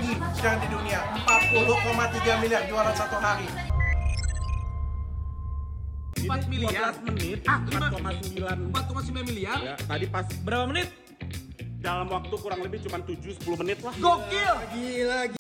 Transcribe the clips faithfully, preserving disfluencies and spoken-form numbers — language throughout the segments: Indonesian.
tertinggi sekarang di dunia, empat puluh koma tiga miliar jualan satu hari. empat miliar menit, ah, empat koma sembilan empat koma sembilan miliar. Ya, tadi pas Berapa menit? dalam waktu kurang lebih cuma tujuh sampai sepuluh menit lah. Gokil. Gila, gila.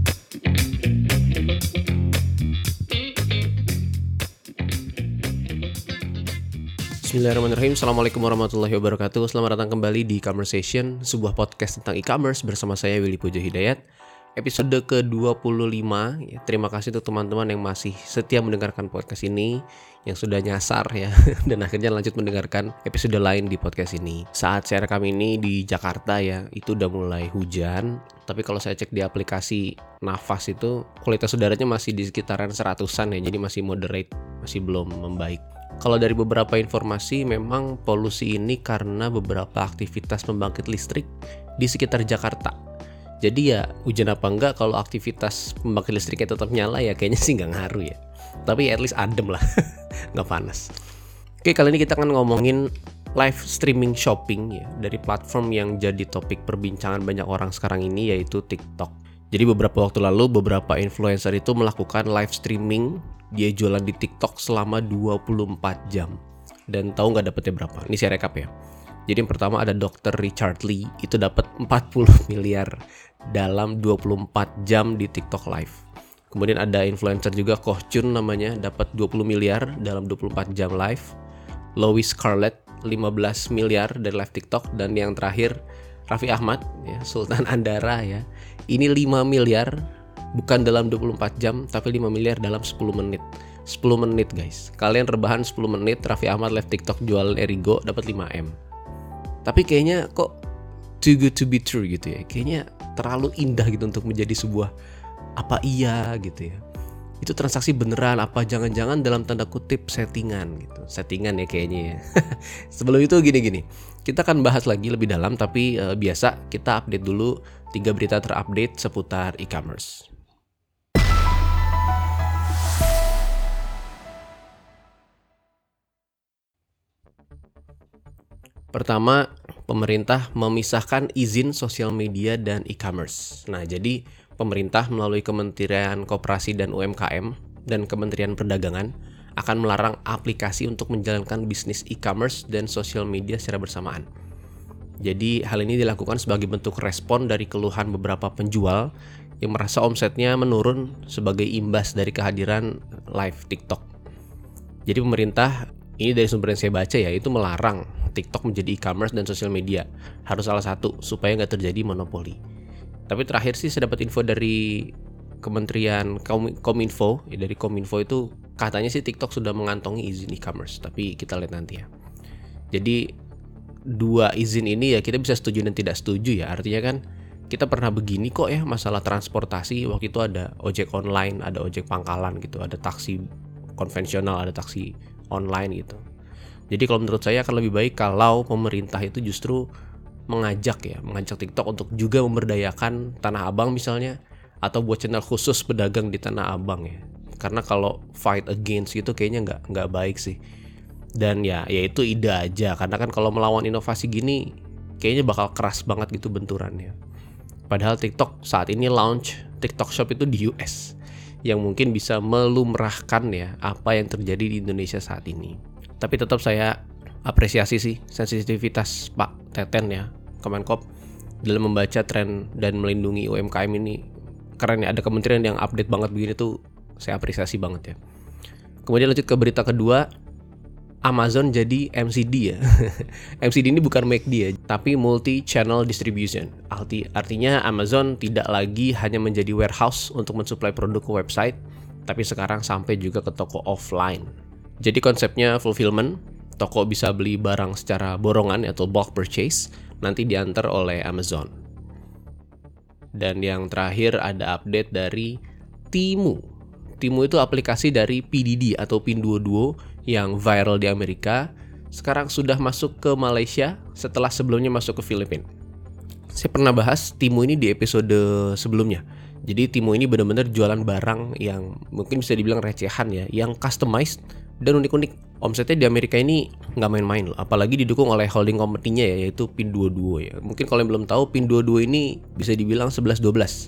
Bismillahirrahmanirrahim. Assalamualaikum warahmatullahi wabarakatuh. Selamat datang kembali di Conversation, sebuah podcast tentang e-commerce bersama saya Willy Pujo Hidayat. Episode ke dua puluh lima ya, terima kasih untuk teman-teman yang masih setia mendengarkan podcast ini, yang sudah nyasar ya dan akhirnya lanjut mendengarkan episode lain di podcast ini. Saat saya rekam ini di Jakarta ya, itu udah mulai hujan. Tapi kalau saya cek di aplikasi Nafas itu kualitas udaranya masih di sekitaran seratusan ya, jadi masih moderate, masih belum membaik. Kalau dari beberapa informasi, memang polusi ini karena beberapa aktivitas pembangkit listrik di sekitar Jakarta. Jadi ya hujan apa enggak, kalau aktivitas pembangkit listriknya tetap nyala ya kayaknya sih nggak ngaruh ya. Tapi at least adem lah, nggak panas. Oke, kali ini kita akan ngomongin live streaming shopping ya, dari platform yang jadi topik perbincangan banyak orang sekarang ini, yaitu TikTok. Jadi beberapa waktu lalu beberapa influencer itu melakukan live streaming, dia jualan di TikTok selama dua puluh empat jam. Dan tahu nggak dapetnya berapa? Ini saya rekap ya. Jadi yang pertama ada dokter Richard Lee, itu dapat empat puluh miliar dalam dua puluh empat jam di TikTok live. Kemudian ada influencer juga, Koh Chun namanya, dapat dua puluh miliar dalam dua puluh empat jam live. Louis Scarlett lima belas miliar dari live TikTok. Dan yang terakhir Raffi Ahmad ya, Sultan Andara ya. Ini lima miliar bukan dalam dua puluh empat jam, tapi lima miliar dalam sepuluh menit. sepuluh menit guys. Kalian rebahan sepuluh menit, Raffi Ahmad live TikTok jual Erigo dapat lima M. Tapi kayaknya kok too good to be true gitu ya. Kayaknya terlalu indah gitu untuk menjadi sebuah apa iya gitu ya. Itu transaksi beneran apa jangan-jangan dalam tanda kutip settingan gitu. Settingan ya kayaknya ya. Sebelum itu gini-gini. Kita akan bahas lagi lebih dalam, tapi uh, biasa kita update dulu tiga berita terupdate seputar e-commerce. Pertama, pemerintah memisahkan izin sosial media dan e-commerce. Nah, jadi pemerintah melalui Kementerian Koperasi dan U M K M dan Kementerian Perdagangan akan melarang aplikasi untuk menjalankan bisnis e-commerce dan sosial media secara bersamaan. Jadi, hal ini dilakukan sebagai bentuk respon dari keluhan beberapa penjual yang merasa omsetnya menurun sebagai imbas dari kehadiran live TikTok. Jadi, pemerintah, ini dari sumber yang saya baca ya, itu melarang TikTok menjadi e-commerce dan sosial media. Harus salah satu supaya nggak terjadi monopoli. Tapi terakhir sih saya dapat info dari Kementerian Kominfo, ya dari Kominfo itu katanya sih TikTok sudah mengantongi izin e-commerce. Tapi kita lihat nanti ya. Jadi dua izin ini ya kita bisa setuju dan tidak setuju ya. Artinya kan kita pernah begini kok ya, masalah transportasi. Waktu itu ada ojek online, ada ojek pangkalan gitu, ada taksi konvensional, ada taksi online gitu. Jadi kalau menurut saya akan lebih baik kalau pemerintah itu justru mengajak ya, mengajak TikTok untuk juga memberdayakan Tanah Abang misalnya, atau buat channel khusus pedagang di Tanah Abang ya. Karena kalau fight against gitu kayaknya nggak nggak baik sih. Dan ya, ya itu ide aja. Karena kan kalau melawan inovasi gini, kayaknya bakal keras banget gitu benturannya. Padahal TikTok saat ini launch TikTok Shop itu di U S, yang mungkin bisa melumrahkan ya apa yang terjadi di Indonesia saat ini. Tapi tetap saya apresiasi sih sensitivitas Pak Teten ya, Kemenkop, dalam membaca tren dan melindungi U M K M ini. Keren ya, ada kementerian yang update banget begini tuh, saya apresiasi banget ya. Kemudian lanjut ke berita kedua, Amazon jadi M C D ya. M C D ini bukan M A C D ya, tapi multi channel distribution. Arti, artinya Amazon tidak lagi hanya menjadi warehouse untuk mensuplai produk ke website, tapi sekarang sampai juga ke toko offline. Jadi konsepnya fulfillment, toko bisa beli barang secara borongan atau bulk purchase, nanti diantar oleh Amazon. Dan yang terakhir ada update dari Temu. Temu itu aplikasi dari P D D atau Pinduoduo yang viral di Amerika, sekarang sudah masuk ke Malaysia setelah sebelumnya masuk ke Filipina. Saya pernah bahas Temu ini di episode sebelumnya. Jadi Temu ini benar-benar jualan barang yang mungkin bisa dibilang recehan ya, yang customized dan unik-unik. Omsetnya di Amerika ini nggak main-main loh, apalagi didukung oleh holding company-nya ya, yaitu Pinduoduo ya. Mungkin kalau yang belum tahu, Pinduoduo ini bisa dibilang sebelas dua belas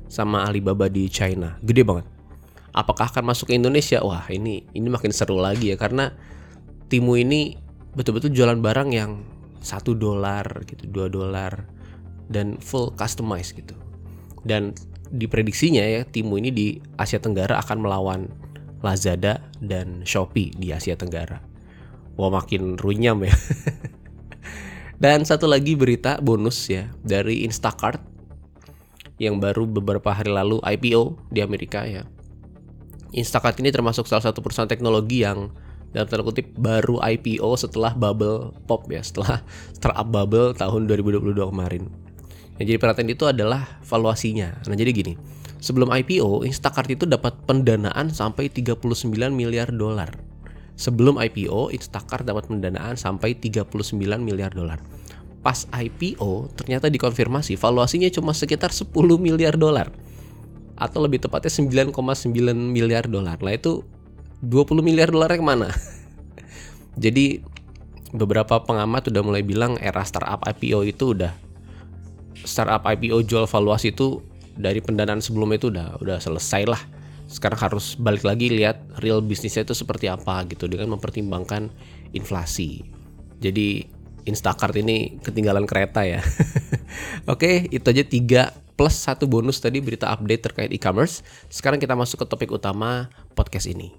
sama Alibaba di China. Gede banget. Apakah akan masuk ke Indonesia? Wah, ini ini makin seru lagi ya, karena Temu ini betul-betul jualan barang yang satu dolar gitu, dua dolar dan full customized gitu. Dan diprediksinya ya, Temu ini di Asia Tenggara akan melawan Lazada dan Shopee di Asia Tenggara. Wah, makin runyam ya. Dan satu lagi berita bonus ya dari Instacart yang baru beberapa hari lalu I P O di Amerika ya. Instacart ini termasuk salah satu perusahaan teknologi yang dalam tanda kutip baru I P O setelah bubble pop ya, setelah startup bubble tahun dua ribu dua puluh dua kemarin. Yang jadi perhatian itu adalah valuasinya. Nah, jadi gini, sebelum I P O, Instacart itu dapat pendanaan sampai tiga puluh sembilan miliar dolar. Sebelum I P O, Instacart dapat pendanaan sampai tiga puluh sembilan miliar dolar. Pas I P O, ternyata dikonfirmasi valuasinya cuma sekitar sepuluh miliar dolar. Atau lebih tepatnya sembilan koma sembilan miliar dolar. Nah, itu dua puluh miliar dolarnya kemana? Jadi beberapa pengamat udah mulai bilang era startup I P O itu udah startup I P O jual valuasi itu dari pendanaan sebelumnya itu udah udah selesai lah. Sekarang harus balik lagi lihat real bisnisnya itu seperti apa gitu dengan mempertimbangkan inflasi. Jadi Instacart ini ketinggalan kereta ya. Oke, itu aja tiga plus satu bonus tadi berita update terkait e-commerce. Sekarang kita masuk ke topik utama podcast ini.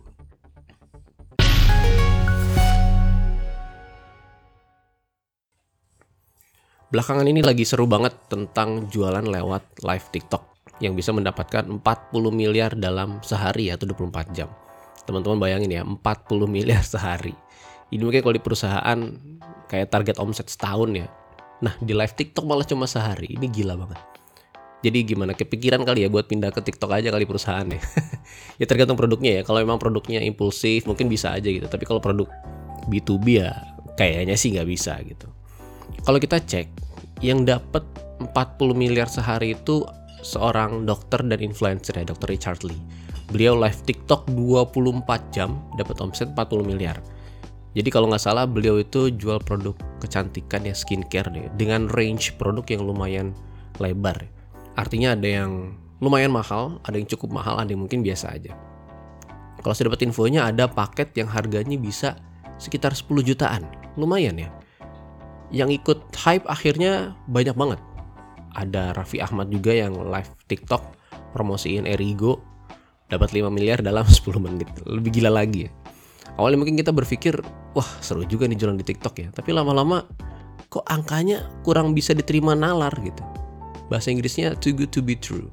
Belakangan ini lagi seru banget tentang jualan lewat live TikTok yang bisa mendapatkan empat puluh miliar dalam sehari atau dua puluh empat jam. Teman-teman bayangin ya, empat puluh miliar sehari. Ini mungkin kalau di perusahaan kayak target omset setahun ya. Nah, di live TikTok malah cuma sehari. Ini gila banget. Jadi gimana, kepikiran kali ya buat pindah ke TikTok aja kali perusahaan ya. Ya tergantung produknya ya. Kalau memang produknya impulsif mungkin bisa aja gitu. Tapi kalau produk B to B ya kayaknya sih nggak bisa gitu. Kalau kita cek, yang dapat empat puluh miliar sehari itu seorang dokter dan influencer ya, dokter Richard Lee. Beliau live TikTok dua puluh empat jam dapat omset empat puluh miliar. Jadi kalau nggak salah beliau itu jual produk kecantikan ya, skincare deh, dengan range produk yang lumayan lebar. Artinya ada yang lumayan mahal, ada yang cukup mahal, ada yang mungkin biasa aja. Kalau saya dapat infonya ada paket yang harganya bisa sekitar sepuluh jutaan. Lumayan ya. Yang ikut hype akhirnya banyak banget. Ada Raffi Ahmad juga yang live TikTok promosiin Erigo dapat lima miliar dalam sepuluh menit. Lebih gila lagi ya. Awalnya mungkin kita berpikir, wah seru juga nih jualan di TikTok ya. Tapi lama-lama kok angkanya kurang bisa diterima nalar gitu. Bahasa Inggrisnya too good to be true.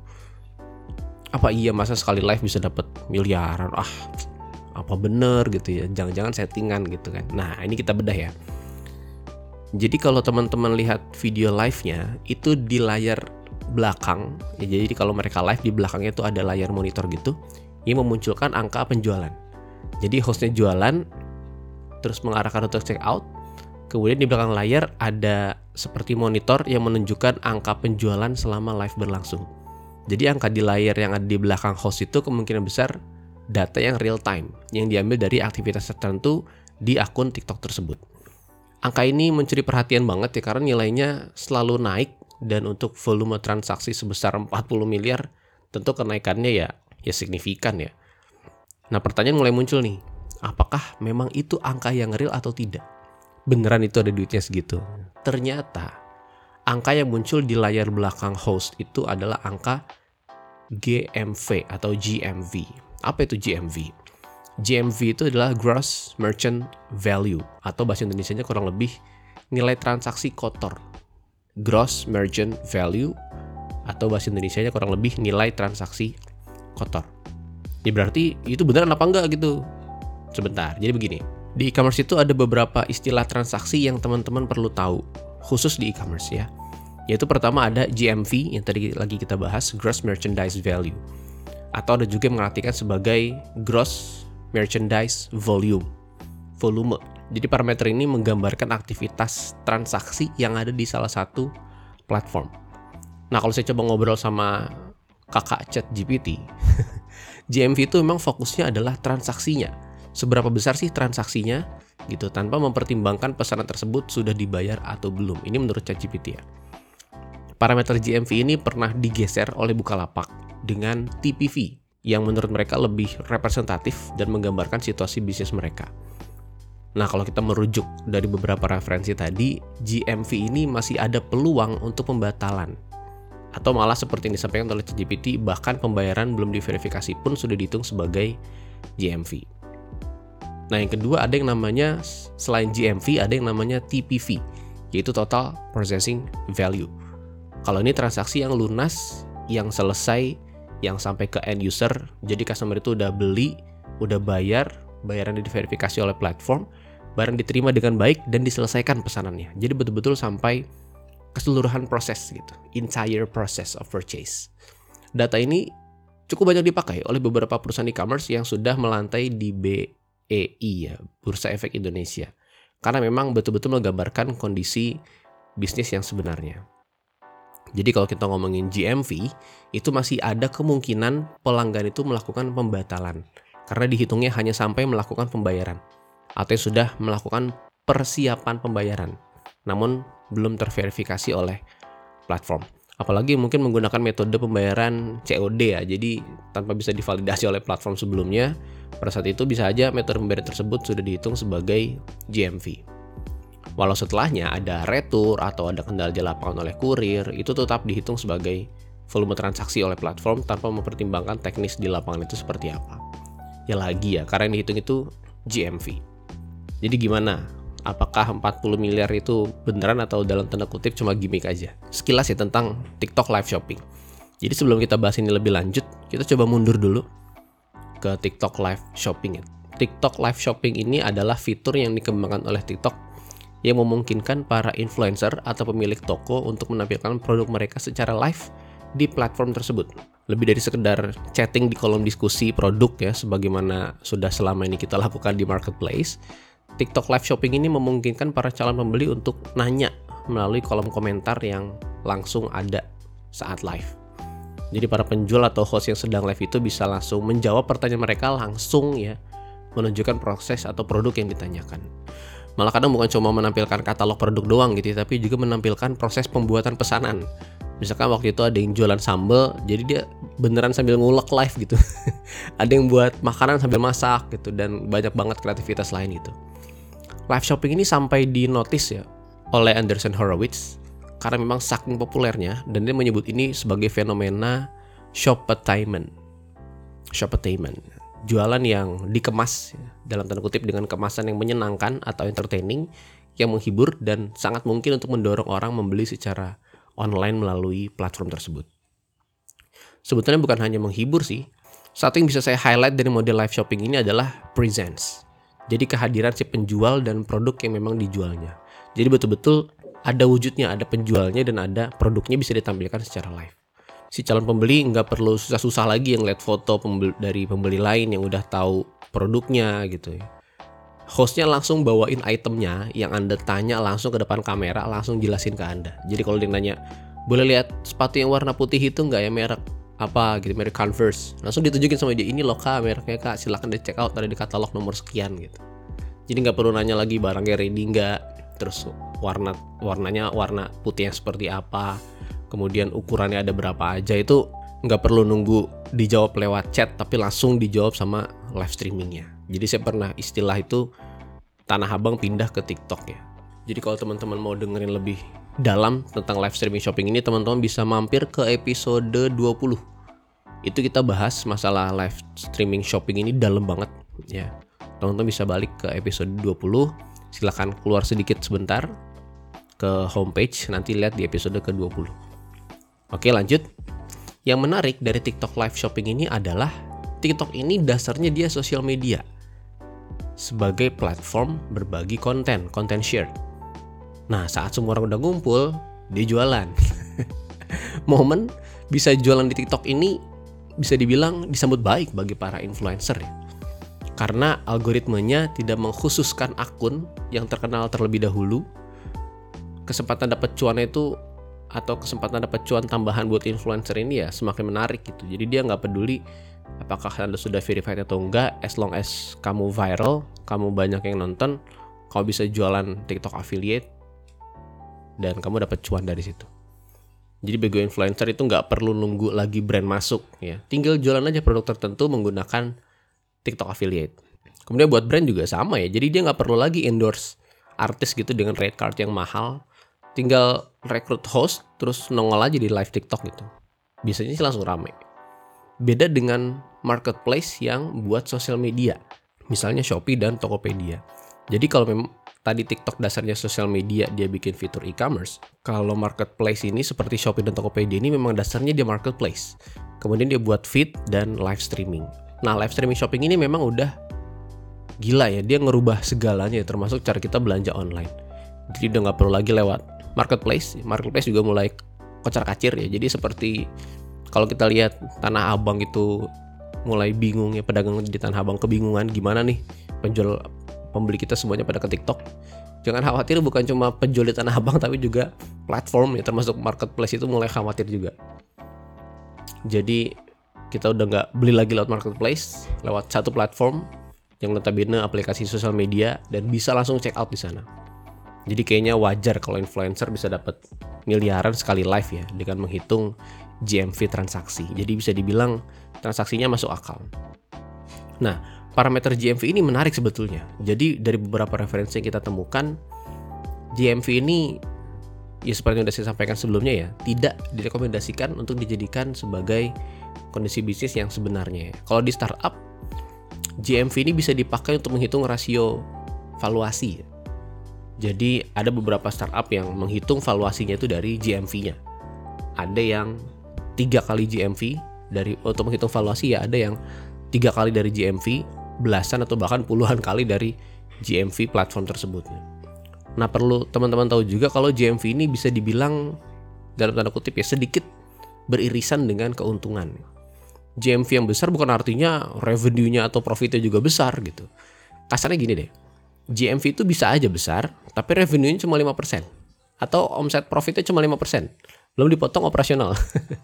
Apa iya masa sekali live bisa dapat miliaran? Ah, apa bener gitu ya? Jangan-jangan settingan gitu kan. Nah, ini kita bedah ya. Jadi kalau teman-teman lihat video live-nya itu di layar belakang, ya jadi kalau mereka live di belakangnya itu ada layar monitor gitu yang memunculkan angka penjualan. Jadi hostnya jualan, terus mengarahkan untuk check out, kemudian di belakang layar ada seperti monitor yang menunjukkan angka penjualan selama live berlangsung. Jadi angka di layar yang ada di belakang host itu kemungkinan besar data yang real time, yang diambil dari aktivitas tertentu di akun TikTok tersebut. Angka ini mencuri perhatian banget ya karena nilainya selalu naik dan untuk volume transaksi sebesar empat puluh miliar tentu kenaikannya ya ya signifikan ya. Nah, pertanyaan mulai muncul nih. Apakah memang itu angka yang real atau tidak? Beneran itu ada duitnya segitu? Ternyata angka yang muncul di layar belakang host itu adalah angka G M V atau G M V. Apa itu G M V? G M V itu adalah Gross Merchant Value atau bahasa Indonesianya kurang lebih nilai transaksi kotor. Gross Merchant Value atau bahasa Indonesianya kurang lebih nilai transaksi kotor. Ya berarti itu beneran apa enggak gitu. Sebentar, jadi begini. Di e-commerce itu ada beberapa istilah transaksi yang teman-teman perlu tahu, khusus di e-commerce ya. Yaitu pertama ada G M V yang tadi lagi kita bahas, Gross Merchandise Value. Atau ada juga yang mengartikan sebagai Gross Merchandise Volume. Volume. Jadi parameter ini menggambarkan aktivitas transaksi yang ada di salah satu platform. Nah, kalau saya coba ngobrol sama kakak Chat G P T, G M V itu memang fokusnya adalah transaksinya. Seberapa besar sih transaksinya gitu tanpa mempertimbangkan pesanan tersebut sudah dibayar atau belum. Ini menurut Chat G P T ya. Parameter G M V ini pernah digeser oleh Bukalapak dengan T P V yang menurut mereka lebih representatif dan menggambarkan situasi bisnis mereka. Nah, kalau kita merujuk dari beberapa referensi tadi, G M V ini masih ada peluang untuk pembatalan. Atau malah seperti yang disampaikan oleh ChatGPT, bahkan pembayaran belum diverifikasi pun sudah dihitung sebagai G M V. Nah, yang kedua ada yang namanya, selain G M V, ada yang namanya T P V, yaitu Total Processing Value. Kalau ini transaksi yang lunas, yang selesai, yang sampai ke end user, jadi customer itu udah beli, udah bayar, bayaran diverifikasi oleh platform, barang diterima dengan baik dan diselesaikan pesanannya. Jadi betul-betul sampai keseluruhan proses gitu, entire process of purchase. Data ini cukup banyak dipakai oleh beberapa perusahaan e-commerce yang sudah melantai di B E I ya, Bursa Efek Indonesia. Karena memang betul-betul menggambarkan kondisi bisnis yang sebenarnya. Jadi kalau kita ngomongin G M V, itu masih ada kemungkinan pelanggan itu melakukan pembatalan. Karena dihitungnya hanya sampai melakukan pembayaran. Atau yang sudah melakukan persiapan pembayaran, namun belum terverifikasi oleh platform. Apalagi mungkin menggunakan metode pembayaran C O D ya, jadi tanpa bisa divalidasi oleh platform sebelumnya, pada saat itu bisa aja metode pembayaran tersebut sudah dihitung sebagai G M V. Walau setelahnya ada retur atau ada kendala di lapangan oleh kurir, itu tetap dihitung sebagai volume transaksi oleh platform tanpa mempertimbangkan teknis di lapangan itu seperti apa. Ya lagi ya, karena yang dihitung itu G M V. Jadi gimana? Apakah empat puluh miliar itu beneran atau dalam tanda kutip cuma gimmick aja? Sekilas ya tentang TikTok Live Shopping. Jadi sebelum kita bahas ini lebih lanjut, kita coba mundur dulu ke TikTok Live Shopping. TikTok Live Shopping ini adalah fitur yang dikembangkan oleh TikTok yang memungkinkan para influencer atau pemilik toko untuk menampilkan produk mereka secara live di platform tersebut. Lebih dari sekedar chatting di kolom diskusi produk ya, sebagaimana sudah selama ini kita lakukan di marketplace, TikTok Live Shopping ini memungkinkan para calon pembeli untuk nanya melalui kolom komentar yang langsung ada saat live. Jadi para penjual atau host yang sedang live itu bisa langsung menjawab pertanyaan mereka langsung ya, menunjukkan proses atau produk yang ditanyakan. Malah kadang bukan cuma menampilkan katalog produk doang gitu, tapi juga menampilkan proses pembuatan pesanan. Misalkan waktu itu ada yang jualan sambal, jadi dia beneran sambil ngulek live gitu. Ada yang buat makanan sambil masak gitu, dan banyak banget kreativitas lain gitu. Live shopping ini sampai di notice ya oleh Andreessen Horowitz karena memang saking populernya, dan dia menyebut ini sebagai fenomena shoppertainment. Shoppertainment, jualan yang dikemas ya, dalam tanda kutip dengan kemasan yang menyenangkan atau entertaining, yang menghibur dan sangat mungkin untuk mendorong orang membeli secara online melalui platform tersebut. Sebetulnya bukan hanya menghibur sih. Satu yang bisa saya highlight dari model live shopping ini adalah presence. Jadi kehadiran si penjual dan produk yang memang dijualnya. Jadi betul-betul ada wujudnya, ada penjualnya dan ada produknya bisa ditampilkan secara live. Si calon pembeli nggak perlu susah-susah lagi yang lihat foto pembeli, dari pembeli lain yang udah tahu produknya gitu ya. Hostnya langsung bawain itemnya yang Anda tanya langsung ke depan kamera, langsung jelasin ke Anda. Jadi kalau dia nanya, boleh lihat sepatu yang warna putih itu nggak ya, merek apa gitu, merek Converse, langsung ditunjukin sama dia, ini loh kak mereknya kak, silahkan di check out, ada di katalog nomor sekian gitu. Jadi nggak perlu nanya lagi barangnya ready nggak, terus warna warnanya warna putih yang seperti apa, kemudian ukurannya ada berapa aja, itu nggak perlu nunggu dijawab lewat chat, tapi langsung dijawab sama live streamingnya. Jadi saya pernah istilah itu Tanah Abang pindah ke TikTok ya. Jadi kalau teman-teman mau dengerin lebih dalam tentang live streaming shopping ini, teman-teman bisa mampir ke episode dua puluh. Itu kita bahas masalah live streaming shopping ini dalam banget ya. Teman-teman bisa balik ke episode dua puluh. Silakan keluar sedikit sebentar ke homepage, nanti lihat di episode ke dua puluh. Oke, lanjut. Yang menarik dari TikTok live shopping ini adalah TikTok ini dasarnya dia sosial media sebagai platform berbagi konten, konten share. Nah, saat semua orang udah ngumpul, dia jualan. Momen bisa jualan di TikTok ini bisa dibilang disambut baik bagi para influencer ya. Karena algoritmanya tidak mengkhususkan akun yang terkenal terlebih dahulu. Kesempatan dapat cuannya itu atau kesempatan dapat cuan tambahan buat influencer ini ya semakin menarik gitu. Jadi dia nggak peduli apakah Anda sudah verified atau enggak, as long as kamu viral, kamu banyak yang nonton, kamu bisa jualan TikTok affiliate, dan kamu dapat cuan dari situ. Jadi bagi influencer itu nggak perlu nunggu lagi brand masuk ya. Tinggal jualan aja produk tertentu menggunakan TikTok affiliate. Kemudian buat brand juga sama ya. Jadi dia nggak perlu lagi endorse artis gitu dengan rate card yang mahal. Tinggal rekrut host terus nongol aja di live TikTok gitu. Biasanya sih langsung rame. Beda dengan marketplace yang buat sosial media. Misalnya Shopee dan Tokopedia. Jadi kalau memang tadi TikTok dasarnya sosial media, dia bikin fitur e-commerce. Kalau marketplace ini seperti Shopee dan Tokopedia ini memang dasarnya dia marketplace. Kemudian dia buat feed dan live streaming. Nah, live streaming shopping ini memang udah gila ya. Dia ngerubah segalanya ya, termasuk cara kita belanja online. Jadi udah nggak perlu lagi lewat marketplace. Marketplace juga mulai kocar-kacir ya. Jadi seperti kalau kita lihat Tanah Abang itu mulai bingung ya, pedagang di Tanah Abang kebingungan gimana nih penjual pembeli kita semuanya pada ke TikTok. Jangan khawatir, bukan cuma penjual di Tanah Abang tapi juga platform ya, termasuk marketplace itu mulai khawatir juga. Jadi kita udah nggak beli lagi lewat marketplace, lewat satu platform yang notabene aplikasi sosial media dan bisa langsung check out di sana. Jadi kayaknya wajar kalau influencer bisa dapat miliaran sekali live ya dengan menghitung G M V transaksi. Jadi bisa dibilang transaksinya masuk akal. Nah, parameter G M V ini menarik sebetulnya. Jadi dari beberapa referensi yang kita temukan, G M V ini ya seperti yang sudah saya sampaikan sebelumnya ya, tidak direkomendasikan untuk dijadikan sebagai kondisi bisnis yang sebenarnya. Kalau di startup, G M V ini bisa dipakai untuk menghitung rasio valuasi. Jadi ada beberapa startup yang menghitung valuasinya itu dari G M V-nya. Ada yang tiga kali G M V dari untuk menghitung valuasi ya, ada yang tiga kali dari G M V, belasan atau bahkan puluhan kali dari G M V platform tersebut. Nah, perlu teman-teman tahu juga kalau G M V ini bisa dibilang dalam tanda kutip ya sedikit beririsan dengan keuntungan. G M V yang besar bukan artinya revenue-nya atau profitnya juga besar gitu. Kasarnya gini deh, G M V itu bisa aja besar, tapi revenue-nya cuma lima persen. Atau omset profitnya cuma lima persen. Belum dipotong operasional.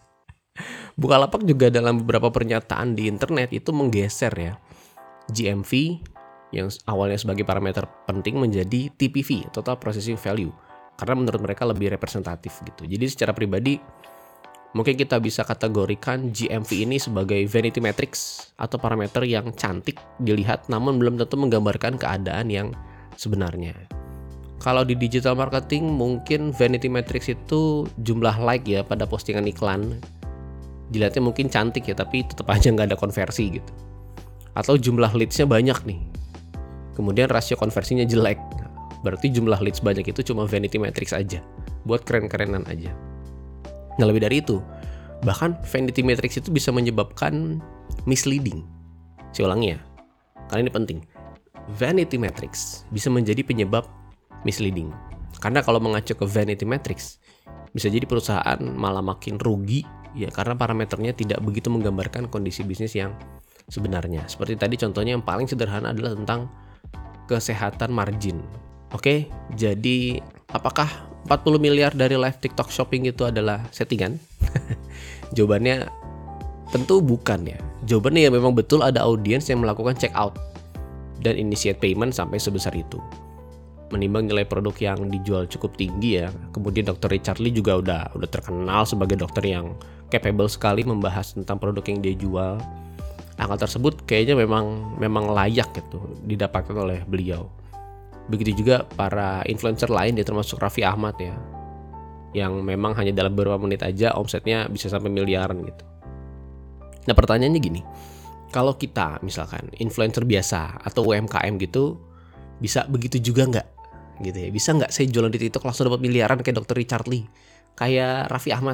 Bukalapak juga dalam beberapa pernyataan di internet itu menggeser ya G M V yang awalnya sebagai parameter penting menjadi T P V, Total Processing Value, karena menurut mereka lebih representatif gitu. Jadi secara pribadi mungkin kita bisa kategorikan G M V ini sebagai vanity metrics atau parameter yang cantik dilihat namun belum tentu menggambarkan keadaan yang sebenarnya. Kalau di digital marketing mungkin vanity metrics itu jumlah like ya pada postingan iklan. Dilihatnya mungkin cantik ya, tapi tetap aja nggak ada konversi gitu. Atau jumlah leads-nya banyak nih, kemudian rasio konversinya jelek. Berarti jumlah leads banyak itu cuma vanity metrics aja, buat keren-kerenan aja. Nah, lebih dari itu, bahkan vanity metrics itu bisa menyebabkan misleading. Saya ulangi ya, karena ini penting. Vanity metrics bisa menjadi penyebab misleading. Karena kalau mengacu ke vanity metrics, bisa jadi perusahaan malah makin rugi ya, karena parameternya tidak begitu menggambarkan kondisi bisnis yang sebenarnya. Seperti tadi contohnya yang paling sederhana adalah tentang kesehatan margin. Oke, jadi apakah empat puluh miliar dari live TikTok shopping itu adalah settingan? Jawabannya tentu bukan ya. Jawabannya ya memang betul ada audiens yang melakukan check out dan initiate payment sampai sebesar itu. Menimbang nilai produk yang dijual cukup tinggi ya. Kemudian dokter Richard Lee juga udah udah terkenal sebagai dokter yang capable sekali membahas tentang produk yang dia jual. Angka tersebut kayaknya memang memang layak gitu didapatkan oleh beliau. Begitu juga para influencer lain ya, termasuk Raffi Ahmad ya, yang memang hanya dalam beberapa menit aja omsetnya bisa sampai miliaran gitu. Nah, pertanyaannya gini, kalau kita misalkan influencer biasa atau U M K M gitu, bisa begitu juga nggak? Gitu ya, bisa nggak saya jualan di TikTok langsung dapat miliaran kayak dokter Richard Lee, kayak Raffi Ahmad?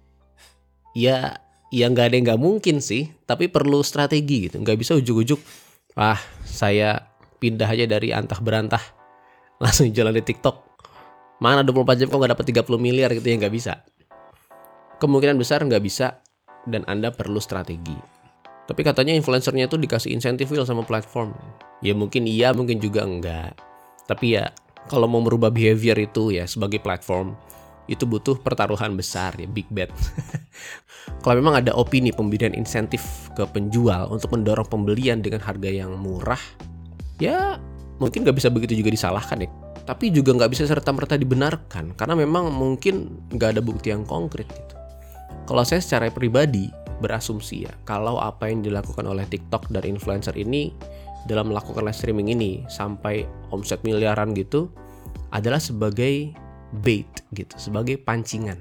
Ya, ya nggak ada yang nggak mungkin sih, tapi perlu strategi gitu. Nggak bisa ujuk-ujuk, ah saya pindah aja dari antah berantah langsung jualan di TikTok. Mana dua puluh empat jam kok nggak dapat tiga puluh miliar gitu ya, nggak bisa. Kemungkinan besar nggak bisa dan Anda perlu strategi. Tapi katanya influencernya itu dikasih insentif wheel sama platform. Ya mungkin iya, mungkin juga enggak. Tapi ya kalau mau merubah behavior itu ya sebagai platform, itu butuh pertaruhan besar ya, big bet. Kalau memang ada opini pemberian insentif ke penjual untuk mendorong pembelian dengan harga yang murah, ya mungkin gak bisa begitu juga disalahkan ya. tapi juga nggak bisa serta-merta dibenarkan karena memang mungkin nggak ada bukti yang konkret gitu. Kalau saya secara pribadi berasumsi ya, kalau apa yang dilakukan oleh TikTok dan influencer ini dalam melakukan live streaming ini sampai omset miliaran gitu adalah sebagai bait gitu, sebagai pancingan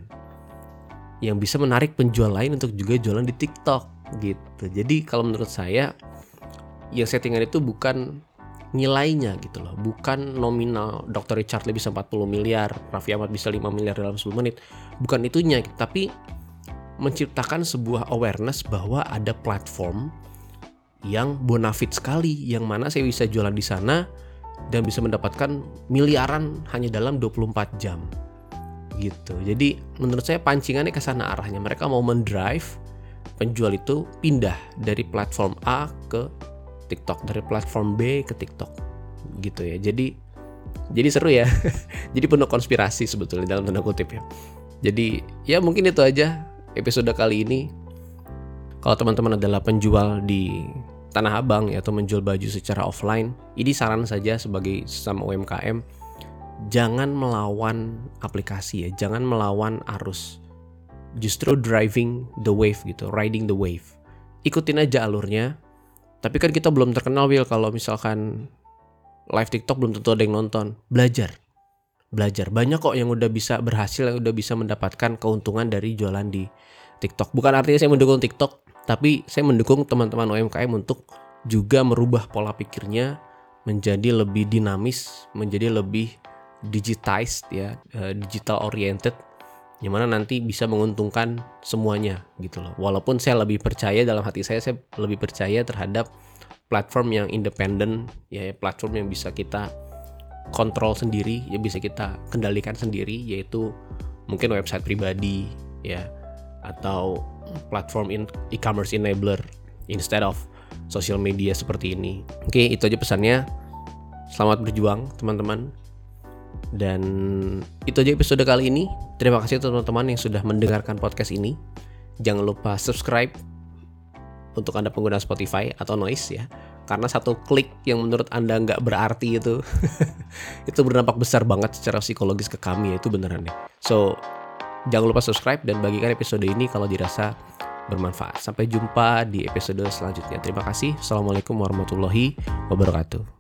yang bisa menarik penjual lain untuk juga jualan di TikTok gitu. Jadi kalau menurut saya yang settingan itu bukan nilainya gitu loh, bukan nominal dokter Richard Lee bisa empat puluh miliar, Raffi Ahmad bisa lima miliar dalam sepuluh menit, bukan itunya, tapi menciptakan sebuah awareness bahwa ada platform yang bonafit sekali, yang mana saya bisa jualan di sana dan bisa mendapatkan miliaran hanya dalam dua puluh empat jam gitu. Jadi menurut saya pancingannya ke sana arahnya, mereka mau mendrive penjual itu pindah dari platform A ke TikTok, dari platform B ke TikTok gitu ya. Jadi jadi seru ya. Jadi penuh konspirasi sebetulnya dalam tanda kutip ya. Jadi ya mungkin itu aja episode kali ini. Kalau teman-teman adalah penjual di Tanah Abang ya, atau menjual baju secara offline, ini saran saja sebagai sesama U M K M, jangan melawan aplikasi ya, jangan melawan arus. Justru driving the wave gitu, riding the wave. Ikutin aja alurnya. Tapi kan kita belum terkenal, Will, kalau misalkan live TikTok belum tentu ada yang nonton. Belajar. Belajar. Banyak kok yang udah bisa berhasil, yang udah bisa mendapatkan keuntungan dari jualan di TikTok. Bukan artinya saya mendukung TikTok, tapi saya mendukung teman-teman U M K M untuk juga merubah pola pikirnya menjadi lebih dinamis, menjadi lebih digitized ya, digital oriented, yang mana nanti bisa menguntungkan semuanya gitu loh. Walaupun saya lebih percaya, dalam hati saya saya lebih percaya terhadap platform yang independen ya, platform yang bisa kita kontrol sendiri, yang bisa kita kendalikan sendiri, yaitu mungkin website pribadi ya, atau platform in e-commerce enabler instead of social media seperti ini. Oke, itu aja pesannya. Selamat berjuang teman-teman. Dan itu aja episode kali ini. Terima kasih teman-teman yang sudah mendengarkan podcast ini. Jangan lupa subscribe untuk Anda pengguna Spotify atau Noise ya. Karena satu klik yang menurut Anda nggak berarti itu itu berdampak besar banget secara psikologis ke kami ya, itu beneran deh. So, jangan lupa subscribe dan bagikan episode ini kalau dirasa bermanfaat. Sampai jumpa di episode selanjutnya. Terima kasih. Assalamualaikum warahmatullahi wabarakatuh.